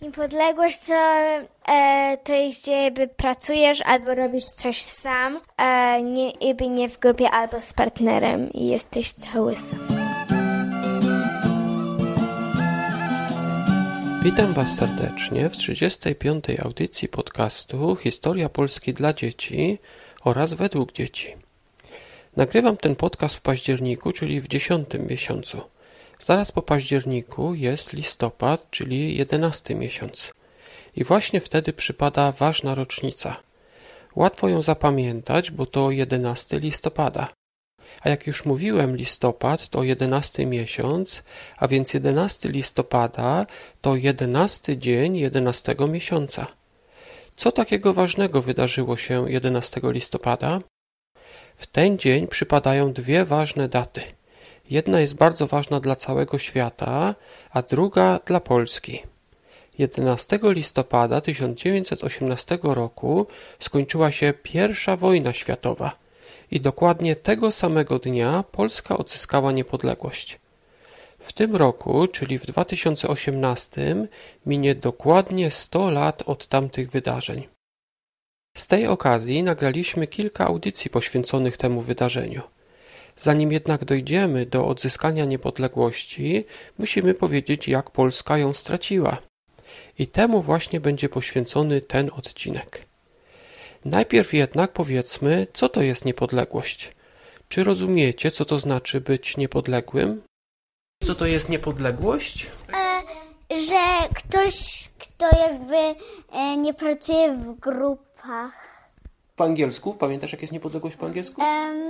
Niepodległość to jest, gdzie jakby pracujesz albo robisz coś sam, nie w grupie albo z partnerem i jesteś cały sam. Witam Was serdecznie w 35. audycji podcastu Historia Polski dla dzieci oraz według dzieci. Nagrywam ten podcast w październiku, czyli w 10. miesiącu. Zaraz po październiku jest listopad, czyli 11. miesiąc. I właśnie wtedy przypada ważna rocznica. Łatwo ją zapamiętać, bo to 11 listopada. A jak już mówiłem, listopad to 11 miesiąc, a więc 11 listopada to 11 dzień 11 miesiąca. Co takiego ważnego wydarzyło się 11 listopada? W ten dzień przypadają dwie ważne daty. Jedna jest bardzo ważna dla całego świata, a druga dla Polski. 11 listopada 1918 roku skończyła się I wojna światowa i dokładnie tego samego dnia Polska odzyskała niepodległość. W tym roku, czyli w 2018, minie dokładnie 100 lat od tamtych wydarzeń. Z tej okazji nagraliśmy kilka audycji poświęconych temu wydarzeniu. Zanim jednak dojdziemy do odzyskania niepodległości, musimy powiedzieć, jak Polska ją straciła. I temu właśnie będzie poświęcony ten odcinek. Najpierw jednak powiedzmy, co to jest niepodległość. Czy rozumiecie, co to znaczy być niepodległym? Co to jest niepodległość? Że ktoś, kto jakby nie pracuje w grupach. Po angielsku? Pamiętasz, jak jest niepodległość po angielsku?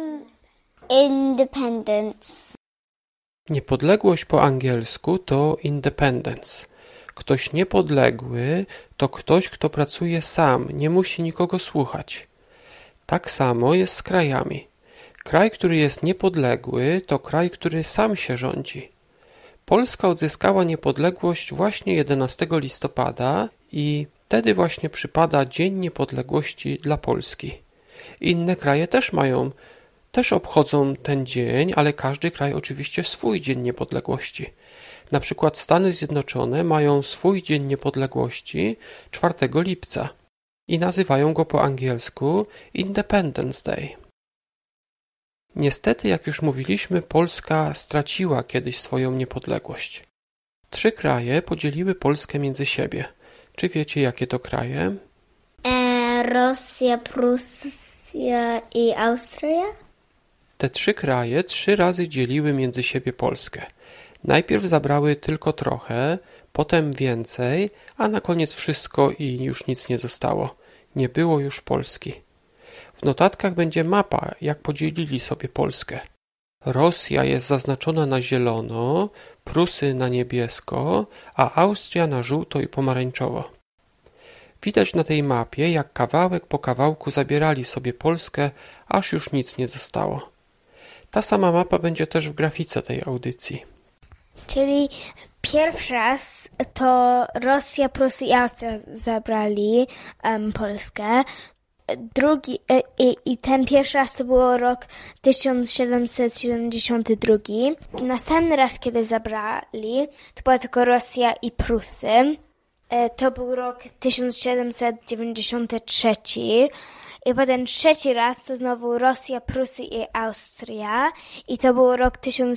Independence. Niepodległość po angielsku to independence. Ktoś niepodległy to ktoś, kto pracuje sam, nie musi nikogo słuchać. Tak samo jest z krajami. Kraj, który jest niepodległy, to kraj, który sam się rządzi. Polska odzyskała niepodległość właśnie 11 listopada i wtedy właśnie przypada Dzień Niepodległości dla Polski. Inne kraje też obchodzą ten dzień, ale każdy kraj oczywiście swój Dzień Niepodległości. Na przykład Stany Zjednoczone mają swój Dzień Niepodległości 4 lipca i nazywają go po angielsku Independence Day. Niestety, jak już mówiliśmy, Polska straciła kiedyś swoją niepodległość. 3 kraje podzieliły Polskę między siebie. Czy wiecie, jakie to kraje? Rosja, Prusja i Austria? Te 3 kraje 3 razy dzieliły między siebie Polskę. Najpierw zabrały tylko trochę, potem więcej, a na koniec wszystko i już nic nie zostało. Nie było już Polski. W notatkach będzie mapa, jak podzielili sobie Polskę. Rosja jest zaznaczona na zielono, Prusy na niebiesko, a Austria na żółto i pomarańczowo. Widać na tej mapie, jak kawałek po kawałku zabierali sobie Polskę, aż już nic nie zostało. Ta sama mapa będzie też w grafice tej audycji. Czyli pierwszy raz to Rosja, Prusy i Austria zabrali Polskę. Drugi i ten pierwszy raz to było rok 1772. Następny raz, kiedy zabrali, to była tylko Rosja i Prusy. To był rok 1793. I potem trzeci raz to znowu Rosja, Prusy i Austria. I to był rok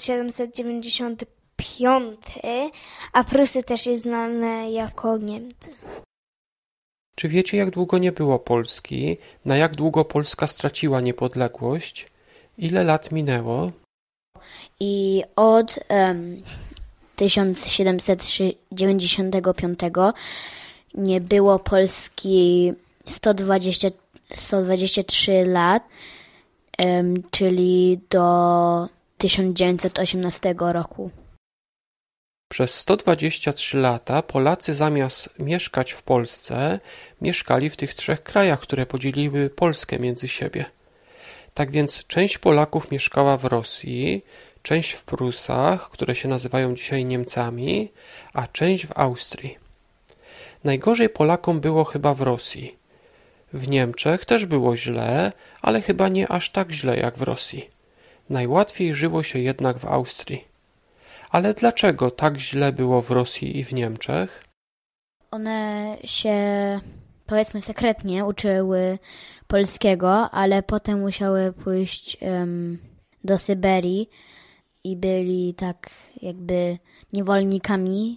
1795, a Prusy też jest znane jako Niemcy. Czy wiecie, jak długo nie było Polski? Na jak długo Polska straciła niepodległość? Ile lat minęło? I od 1795 nie było Polski 123 lat, czyli do 1918 roku. Przez 123 lata Polacy zamiast mieszkać w Polsce, mieszkali w tych 3 krajach, które podzieliły Polskę między siebie. Tak więc część Polaków mieszkała w Rosji, część w Prusach, które się nazywają dzisiaj Niemcami, a część w Austrii. Najgorzej Polakom było chyba w Rosji. W Niemczech też było źle, ale chyba nie aż tak źle jak w Rosji. Najłatwiej żyło się jednak w Austrii. Ale dlaczego tak źle było w Rosji i w Niemczech? one się, powiedzmy, sekretnie uczyły polskiego, ale potem musiały pójść do Syberii i byli tak jakby niewolnikami.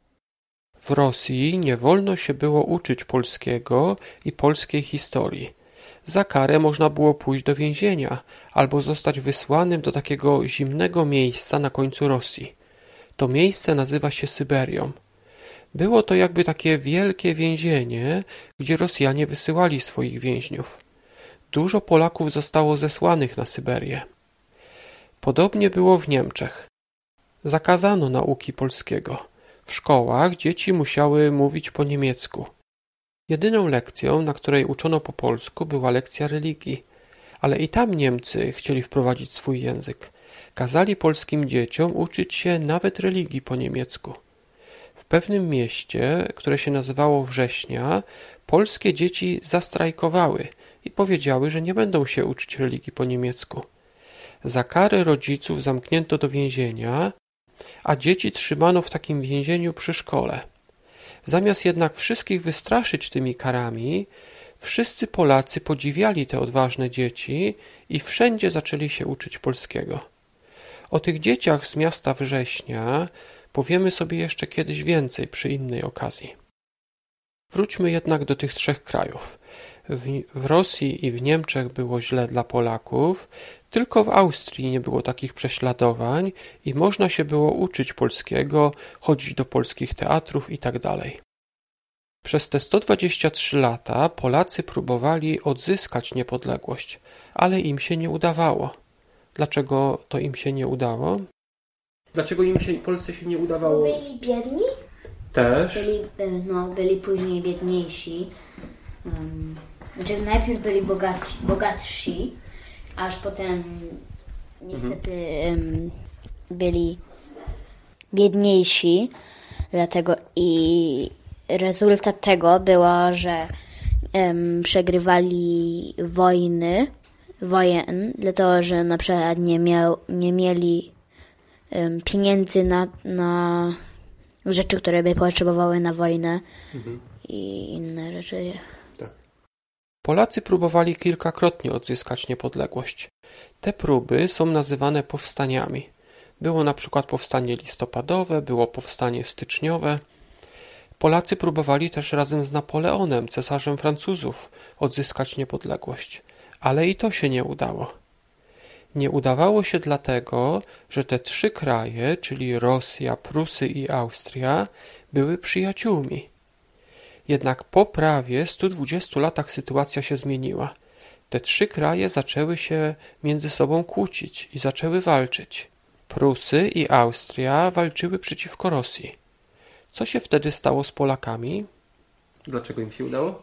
W Rosji nie wolno się było uczyć polskiego i polskiej historii. Za karę można było pójść do więzienia albo zostać wysłanym do takiego zimnego miejsca na końcu Rosji. To miejsce nazywa się Syberią. Było to jakby takie wielkie więzienie, gdzie Rosjanie wysyłali swoich więźniów. Dużo Polaków zostało zesłanych na Syberię. Podobnie było w Niemczech. Zakazano nauki polskiego. W szkołach dzieci musiały mówić po niemiecku. Jedyną lekcją, na której uczono po polsku, była lekcja religii. Ale i tam Niemcy chcieli wprowadzić swój język. Kazali polskim dzieciom uczyć się nawet religii po niemiecku. W pewnym mieście, które się nazywało Września, polskie dzieci zastrajkowały i powiedziały, że nie będą się uczyć religii po niemiecku. Za karę rodziców zamknięto do więzienia, a dzieci trzymano w takim więzieniu przy szkole. Zamiast jednak wszystkich wystraszyć tymi karami, wszyscy Polacy podziwiali te odważne dzieci i wszędzie zaczęli się uczyć polskiego. O tych dzieciach z miasta Września powiemy sobie jeszcze kiedyś więcej przy innej okazji. Wróćmy jednak do tych trzech krajów. W Rosji i w Niemczech było źle dla Polaków, tylko w Austrii nie było takich prześladowań i można się było uczyć polskiego, chodzić do polskich teatrów itd. Przez te 123 lata Polacy próbowali odzyskać niepodległość, ale im się nie udawało. Dlaczego to im się nie udało? Dlaczego Polsce się nie udawało? Byli biedni? Też. Byli później biedniejsi. Znaczy najpierw byli bogatsi, aż potem niestety byli biedniejsi. Dlatego i rezultat tego było, że przegrywali wojen, dlatego że na przykład nie mieli pieniędzy na rzeczy, które by potrzebowały na wojnę i inne rzeczy. Tak. Polacy próbowali kilkakrotnie odzyskać niepodległość. Te próby są nazywane powstaniami. Było na przykład powstanie listopadowe, było powstanie styczniowe. Polacy próbowali też razem z Napoleonem, cesarzem Francuzów, odzyskać niepodległość, ale i to się nie udało. Nie udawało się dlatego, że te trzy kraje, czyli Rosja, Prusy i Austria, były przyjaciółmi. Jednak po prawie 120 latach sytuacja się zmieniła. Te trzy kraje zaczęły się między sobą kłócić i zaczęły walczyć. Prusy i Austria walczyły przeciwko Rosji. Co się wtedy stało z Polakami? Dlaczego im się udało?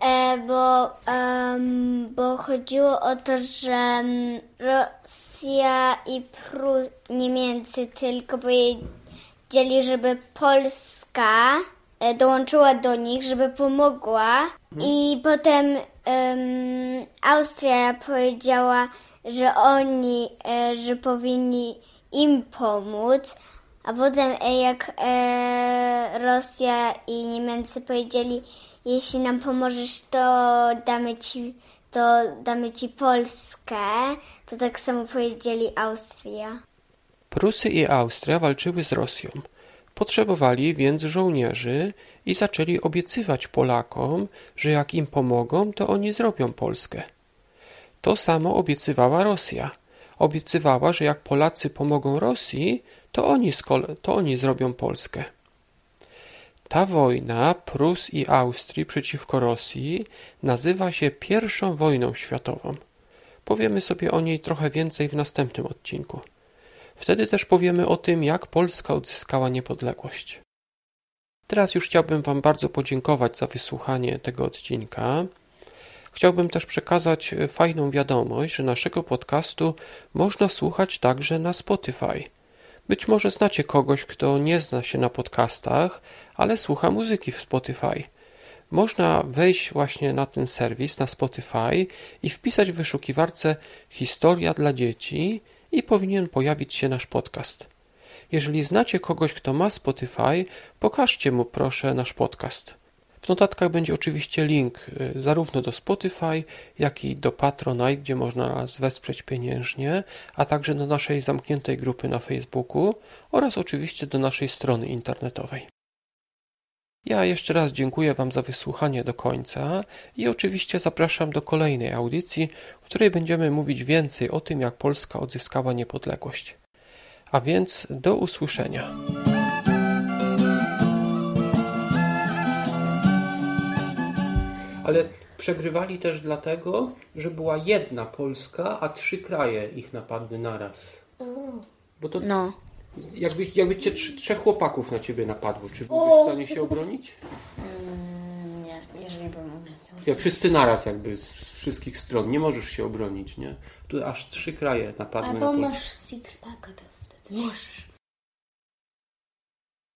Bo chodziło o to, że Rosja i Niemcy tylko powiedzieli, żeby Polska dołączyła do nich, żeby pomogła. I potem Austria powiedziała, że powinni im pomóc. A potem jak Rosja i Niemcy powiedzieli, jeśli nam pomożesz, to damy ci Polskę, to tak samo powiedzieli Austria. Prusy i Austria walczyły z Rosją. Potrzebowali więc żołnierzy i zaczęli obiecywać Polakom, że jak im pomogą, to oni zrobią Polskę. To samo obiecywała Rosja. Obiecywała, że jak Polacy pomogą Rosji, to oni zrobią Polskę. Ta wojna Prus i Austrii przeciwko Rosji nazywa się I wojną światową. Powiemy sobie o niej trochę więcej w następnym odcinku. Wtedy też powiemy o tym, jak Polska odzyskała niepodległość. Teraz już chciałbym Wam bardzo podziękować za wysłuchanie tego odcinka. Chciałbym też przekazać fajną wiadomość, że naszego podcastu można słuchać także na Spotify. Być może znacie kogoś, kto nie zna się na podcastach, ale słucha muzyki w Spotify. Można wejść właśnie na ten serwis, na Spotify i wpisać w wyszukiwarce Historia dla dzieci i powinien pojawić się nasz podcast. Jeżeli znacie kogoś, kto ma Spotify, pokażcie mu proszę nasz podcast. W notatkach będzie oczywiście link zarówno do Spotify, jak i do Patronite, gdzie można nas wesprzeć pieniężnie, a także do naszej zamkniętej grupy na Facebooku oraz oczywiście do naszej strony internetowej. Ja jeszcze raz dziękuję Wam za wysłuchanie do końca i oczywiście zapraszam do kolejnej audycji, w której będziemy mówić więcej o tym, jak Polska odzyskała niepodległość. A więc do usłyszenia. Ale przegrywali też dlatego, że była jedna Polska, a 3 kraje ich napadły naraz. Bo to jakby cię 3 chłopaków na ciebie napadło, czy byłbyś w stanie się obronić? Nie, jeżeli bym Jak wszyscy naraz jakby z wszystkich stron, nie możesz się obronić, nie? Tu aż 3 kraje napadły na Polskę. Albo masz six-packa, to wtedy możesz.